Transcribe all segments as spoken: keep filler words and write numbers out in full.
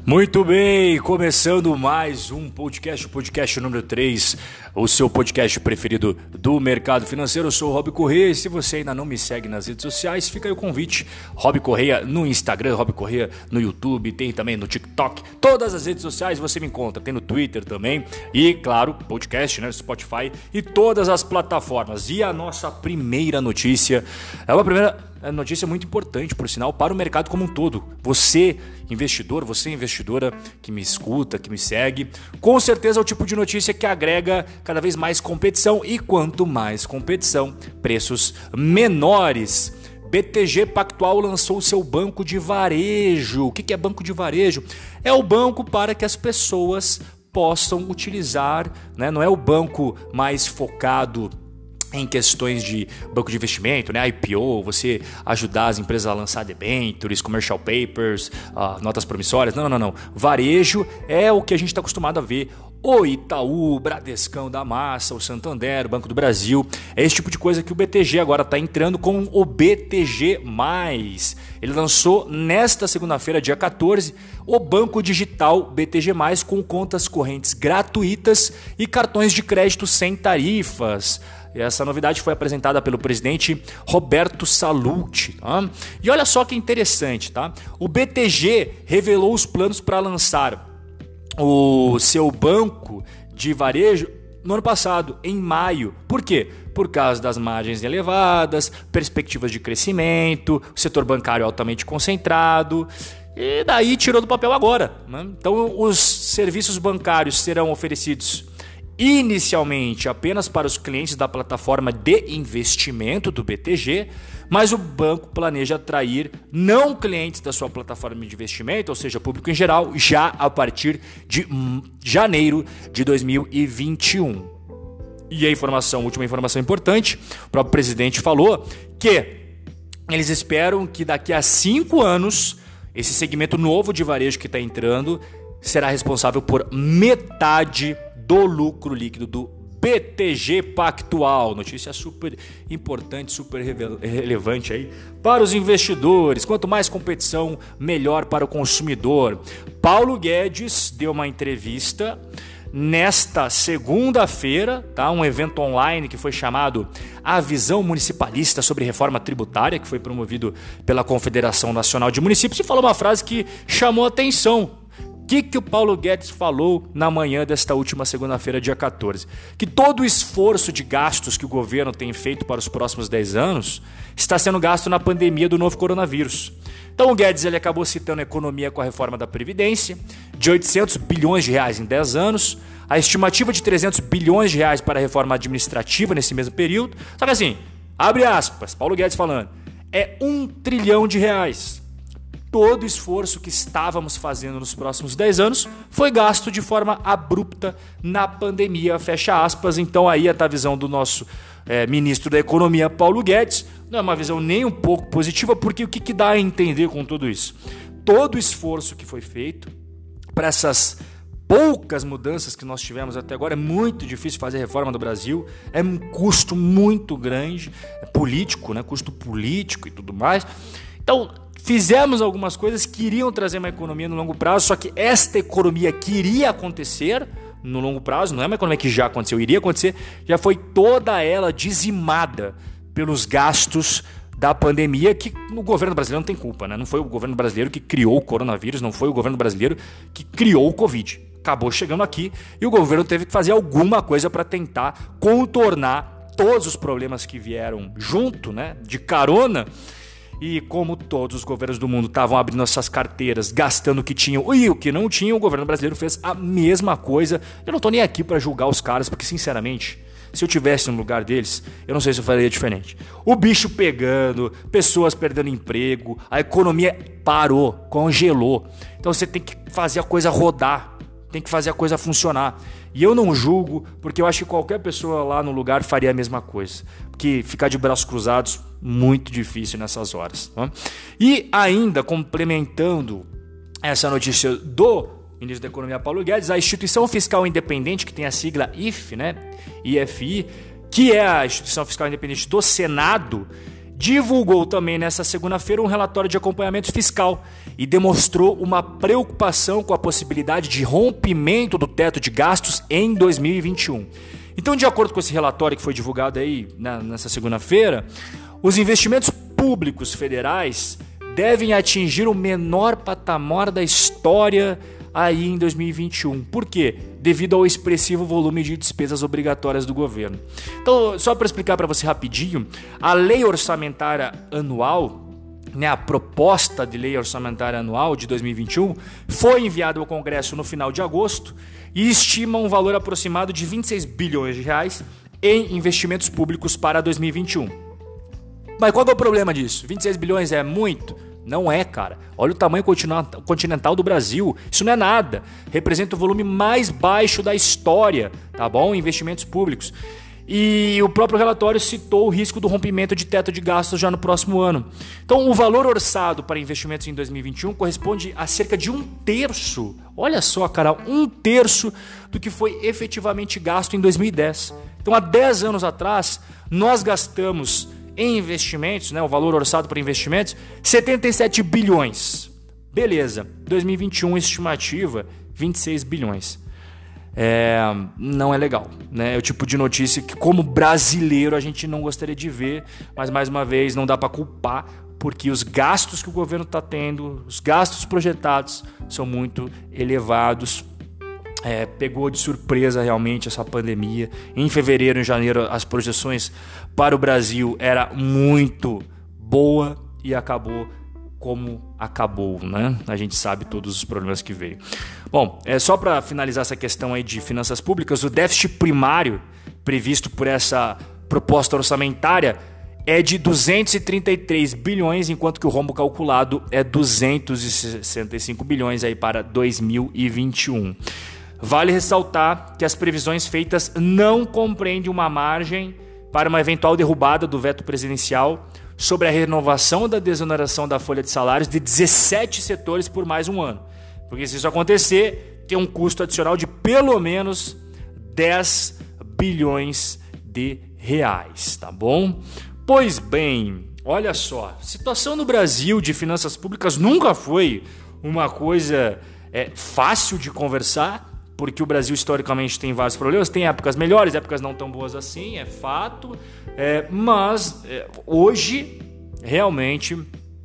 Muito bem, começando mais um podcast, o podcast número três, o seu podcast preferido do mercado financeiro. Eu sou o Rob Correia e se você ainda não me segue nas redes sociais, fica aí o convite. Rob Correia no Instagram, Rob Correia no YouTube, tem também no TikTok, todas as redes sociais você me encontra, tem no Twitter também e, claro, podcast, né, Spotify e todas as plataformas. E a nossa primeira notícia é uma primeira... É notícia muito importante, por sinal, para o mercado como um todo. Você, investidor, você, investidora que me escuta, que me segue, com certeza é o tipo de notícia que agrega cada vez mais competição e quanto mais competição, preços menores. B T G Pactual lançou seu banco de varejo. O que é banco de varejo? É o banco para que as pessoas possam utilizar, né? Não é o banco mais focado em questões de banco de investimento, né, I P O, você ajudar as empresas a lançar debêntures, commercial papers, uh, notas promissórias. Não, não, não. Varejo é o que a gente está acostumado a ver. O Itaú, o Bradescão da Massa, o Santander, o Banco do Brasil. É esse tipo de coisa que o B T G agora está entrando com o B T G mais. Ele lançou nesta segunda-feira, dia quatorze, o banco digital B T G mais, com contas correntes gratuitas e cartões de crédito sem tarifas. E essa novidade foi apresentada pelo presidente Roberto Sallouti. Tá? E olha só que interessante, tá? O B T G revelou os planos para lançar o seu banco de varejo no ano passado, em maio. Por quê? Por causa das margens elevadas, perspectivas de crescimento, o setor bancário altamente concentrado. E daí tirou do papel agora. Né? Então os serviços bancários serão oferecidos inicialmente apenas para os clientes da plataforma de investimento do B T G, mas o banco planeja atrair não clientes da sua plataforma de investimento, ou seja, público em geral, já a partir de janeiro de dois mil e vinte e um. E a informação, última informação importante, o próprio presidente falou que eles esperam que daqui a cinco anos esse segmento novo de varejo que está entrando será responsável por metade do lucro líquido do B T G Pactual. Notícia super importante, super relevante aí para os investidores. Quanto mais competição, melhor para o consumidor. Paulo Guedes deu uma entrevista nesta segunda-feira, tá? Um evento online que foi chamado A Visão Municipalista sobre Reforma Tributária, que foi promovido pela Confederação Nacional de Municípios, e falou uma frase que chamou a atenção. O que, que o Paulo Guedes falou na manhã desta última segunda-feira, dia quatorze? Que todo o esforço de gastos que o governo tem feito para os próximos dez anos está sendo gasto na pandemia do novo coronavírus. Então o Guedes ele acabou citando a economia com a reforma da Previdência, de oitocentos bilhões de reais em dez anos, a estimativa de trezentos bilhões de reais para a reforma administrativa nesse mesmo período. Só que assim, abre aspas, Paulo Guedes falando, é um trilhão de reais. Todo o esforço que estávamos fazendo nos próximos dez anos foi gasto de forma abrupta na pandemia, fecha aspas. Então aí a visão do nosso é, ministro da Economia, Paulo Guedes, não é uma visão nem um pouco positiva, porque o que, que dá a entender com tudo isso? Todo o esforço que foi feito para essas poucas mudanças que nós tivemos até agora, é muito difícil fazer reforma no Brasil, é um custo muito grande, é político, né? Custo político e tudo mais. Então, fizemos algumas coisas que iriam trazer uma economia no longo prazo, só que esta economia que iria acontecer no longo prazo, não é uma economia que já aconteceu, iria acontecer, já foi toda ela dizimada pelos gastos da pandemia, que o governo brasileiro não tem culpa, né? Não foi o governo brasileiro que criou o coronavírus, não foi o governo brasileiro que criou o Covid. Acabou chegando aqui e o governo teve que fazer alguma coisa para tentar contornar todos os problemas que vieram junto, né? De carona. E como todos os governos do mundo estavam abrindo essas carteiras, gastando o que tinham e o que não tinham, o governo brasileiro fez a mesma coisa. Eu não estou nem aqui para julgar os caras, porque sinceramente, se eu tivesse no lugar deles, eu não sei se eu faria diferente. O bicho pegando, pessoas perdendo emprego, a economia parou, congelou. Então você tem que fazer a coisa rodar, tem que fazer a coisa funcionar. E eu não julgo, porque eu acho que qualquer pessoa lá no lugar faria a mesma coisa. Porque ficar de braços cruzados, muito difícil nessas horas. Tá? E ainda, complementando essa notícia do ministro da Economia, Paulo Guedes, a Instituição Fiscal Independente, que tem a sigla I F, né? I F I, que é a Instituição Fiscal Independente do Senado, divulgou também nessa segunda-feira um relatório de acompanhamento fiscal e demonstrou uma preocupação com a possibilidade de rompimento do teto de gastos em dois mil e vinte e um. Então, de acordo com esse relatório que foi divulgado aí nessa segunda-feira, os investimentos públicos federais devem atingir o menor patamar da história aí em dois mil e vinte e um. Por quê? Devido ao expressivo volume de despesas obrigatórias do governo. Então, só para explicar para você rapidinho, a lei orçamentária anual, né, a proposta de lei orçamentária anual de dois mil e vinte e um, foi enviada ao Congresso no final de agosto e estima um valor aproximado de vinte e seis bilhões de reais em investimentos públicos para dois mil e vinte e um. Mas qual é o problema disso? vinte e seis bilhões é muito? Não é, cara. Olha o tamanho continental do Brasil. Isso não é nada. Representa o volume mais baixo da história, tá bom? Investimentos públicos. E o próprio relatório citou o risco do rompimento de teto de gastos já no próximo ano. Então, o valor orçado para investimentos em dois mil e vinte e um corresponde a cerca de um terço. Olha só, cara, um terço do que foi efetivamente gasto em dois mil e dez. Então, há dez anos atrás, nós gastamos em investimentos, né, o valor orçado para investimentos, setenta e sete bilhões. Beleza, dois mil e vinte e um estimativa vinte e seis bilhões. É, não é legal, né? É o tipo de notícia que, como brasileiro, a gente não gostaria de ver, mas mais uma vez não dá para culpar, porque os gastos que o governo está tendo, os gastos projetados são muito elevados. É, pegou de surpresa realmente essa pandemia. Em fevereiro, em janeiro, as projeções para o Brasil era muito boa e acabou como acabou, né? A gente sabe todos os problemas que veio. Bom, é só para finalizar essa questão aí de finanças públicas, o déficit primário previsto por essa proposta orçamentária é de duzentos e trinta e três bilhões, enquanto que o rombo calculado é duzentos e sessenta e cinco bilhões aí para dois mil e vinte e um. Vale ressaltar que as previsões feitas não compreendem uma margem para uma eventual derrubada do veto presidencial sobre a renovação da desoneração da folha de salários de dezessete setores por mais um ano. Porque se isso acontecer, tem um custo adicional de pelo menos dez bilhões de reais, tá bom? Pois bem, olha só, a situação no Brasil de finanças públicas nunca foi uma coisa é, fácil de conversar, porque o Brasil historicamente tem vários problemas, tem épocas melhores, épocas não tão boas assim, é fato, é, mas é, hoje, realmente,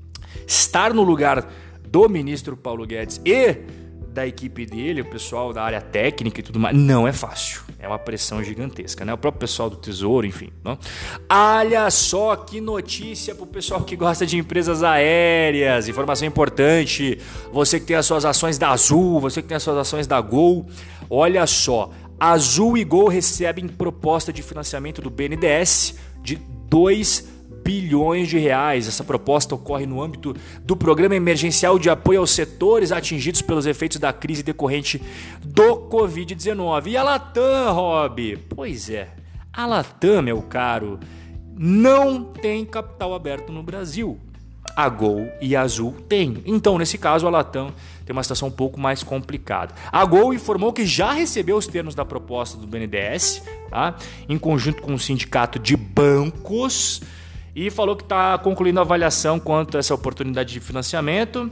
estar no lugar do ministro Paulo Guedes e da equipe dele, o pessoal da área técnica e tudo mais, não é fácil, é uma pressão gigantesca, né? O próprio pessoal do Tesouro, enfim. Não? Olha só que notícia para o pessoal que gosta de empresas aéreas, informação importante, você que tem as suas ações da Azul, você que tem as suas ações da Gol, olha só, Azul e Gol recebem proposta de financiamento do B N D E S de dois bilhões de reais. Essa proposta ocorre no âmbito do Programa Emergencial de Apoio aos Setores atingidos pelos efeitos da crise decorrente do covid dezenove. E a Latam, Rob? Pois é, a Latam, meu caro, não tem capital aberto no Brasil. A Gol e a Azul têm. Então, nesse caso, a Latam tem uma situação um pouco mais complicada. A Gol informou que já recebeu os termos da proposta do B N D E S, tá? Em conjunto com o sindicato de bancos, e falou que está concluindo a avaliação quanto a essa oportunidade de financiamento.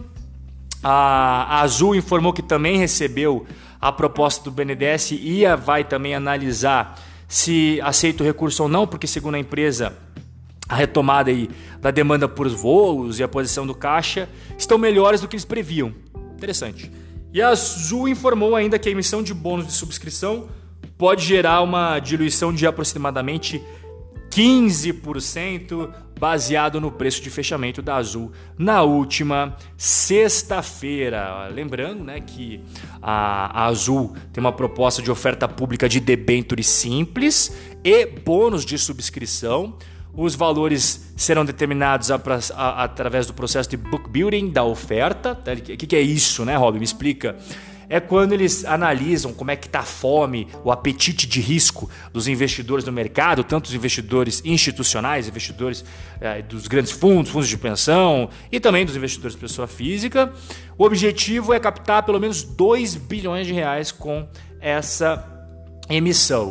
A Azul informou que também recebeu a proposta do B N D E S e vai também analisar se aceita o recurso ou não, porque, segundo a empresa, a retomada aí da demanda por voos e a posição do caixa estão melhores do que eles previam. Interessante. E a Azul informou ainda que a emissão de bônus de subscrição pode gerar uma diluição de aproximadamente quinze por cento, baseado no preço de fechamento da Azul na última sexta-feira. Lembrando, né, que a, a Azul tem uma proposta de oferta pública de debêntures simples e bônus de subscrição. Os valores serão determinados a, a, através do processo de book building da oferta. O que, que é isso, né, Rob? Me explica. É quando eles analisam como é que está a fome, o apetite de risco dos investidores no mercado, tanto os investidores institucionais, investidores é, dos grandes fundos, fundos de pensão e também dos investidores de pessoa física. O objetivo é captar pelo menos dois bilhões de reais com essa emissão.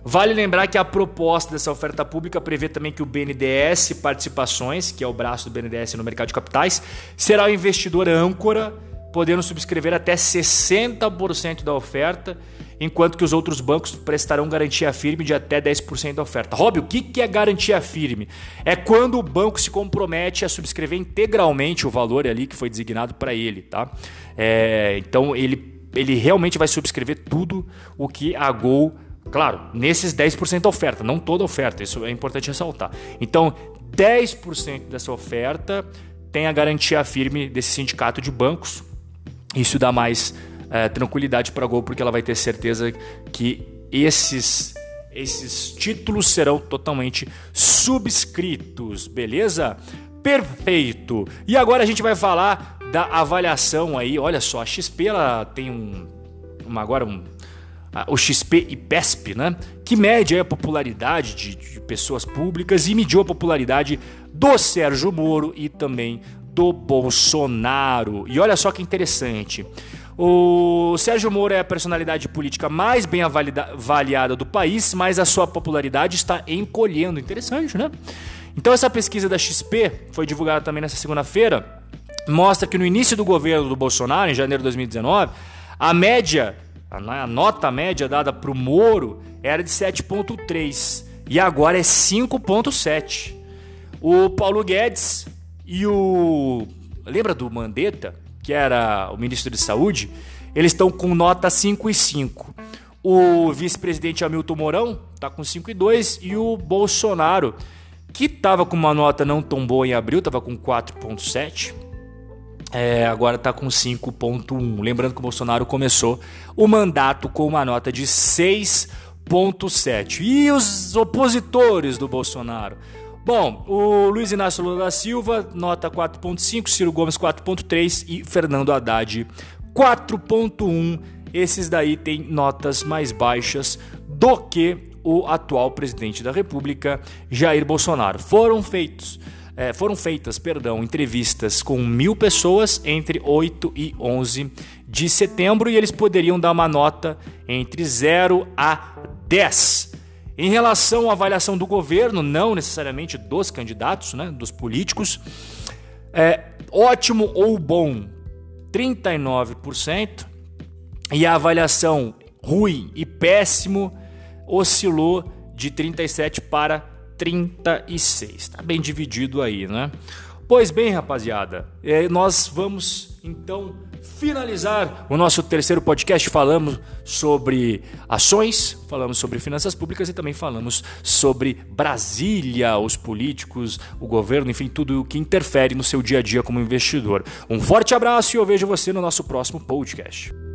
Vale lembrar que a proposta dessa oferta pública prevê também que o B N D E S Participações, que é o braço do B N D E S no mercado de capitais, será o investidor âncora, podendo subscrever até sessenta por cento da oferta, enquanto que os outros bancos prestarão garantia firme de até dez por cento da oferta. Rob, o que é garantia firme? É quando o banco se compromete a subscrever integralmente o valor ali que foi designado para ele, tá? É, então ele, ele realmente vai subscrever tudo o que a Gol, claro, nesses dez por cento da oferta, não toda a oferta, isso é importante ressaltar. Então, dez por cento dessa oferta tem a garantia firme desse sindicato de bancos. Isso dá mais é, tranquilidade para a Gol, porque ela vai ter certeza que esses, esses títulos serão totalmente subscritos, beleza? Perfeito! E agora a gente vai falar da avaliação aí. Olha só, a X P ela tem um, uma, agora um, o X P Ipesp, né? Que mede a popularidade de, de pessoas públicas e mediu a popularidade do Sérgio Moro e também do Bolsonaro. E olha só que interessante. O Sérgio Moro é a personalidade política mais bem avaliada do país, mas a sua popularidade está encolhendo. Interessante, né? Então essa pesquisa da X P foi divulgada também nessa segunda-feira, mostra que no início do governo do Bolsonaro, em janeiro de dois mil e dezenove, a média, a nota média dada para o Moro era de sete vírgula três e agora é cinco vírgula sete. O Paulo Guedes e o... Lembra do Mandetta, que era o ministro de Saúde? Eles estão com nota cinco vírgula cinco. O vice-presidente Hamilton Mourão está com cinco vírgula dois e o Bolsonaro, que estava com uma nota não tão boa em abril, estava com quatro vírgula sete, é, agora está com cinco vírgula um. Lembrando que o Bolsonaro começou o mandato com uma nota de seis vírgula sete. E os opositores do Bolsonaro? Bom, o Luiz Inácio Lula da Silva, nota quatro vírgula cinco, Ciro Gomes quatro vírgula três e Fernando Haddad quatro vírgula um. Esses daí têm notas mais baixas do que o atual presidente da República, Jair Bolsonaro. Foram feitos, é, foram feitas, perdão, entrevistas com mil pessoas entre oito e onze de setembro e eles poderiam dar uma nota entre zero a dez. Em relação à avaliação do governo, não necessariamente dos candidatos, né, dos políticos, é ótimo ou bom, trinta e nove por cento, e a avaliação ruim e péssimo oscilou de trinta e sete para trinta e seis. Está bem dividido aí, né? Pois bem, rapaziada, nós vamos então finalizar o nosso terceiro podcast. Falamos sobre ações, falamos sobre finanças públicas e também falamos sobre Brasília, os políticos, o governo, enfim, tudo o que interfere no seu dia a dia como investidor. Um forte abraço e eu vejo você no nosso próximo podcast.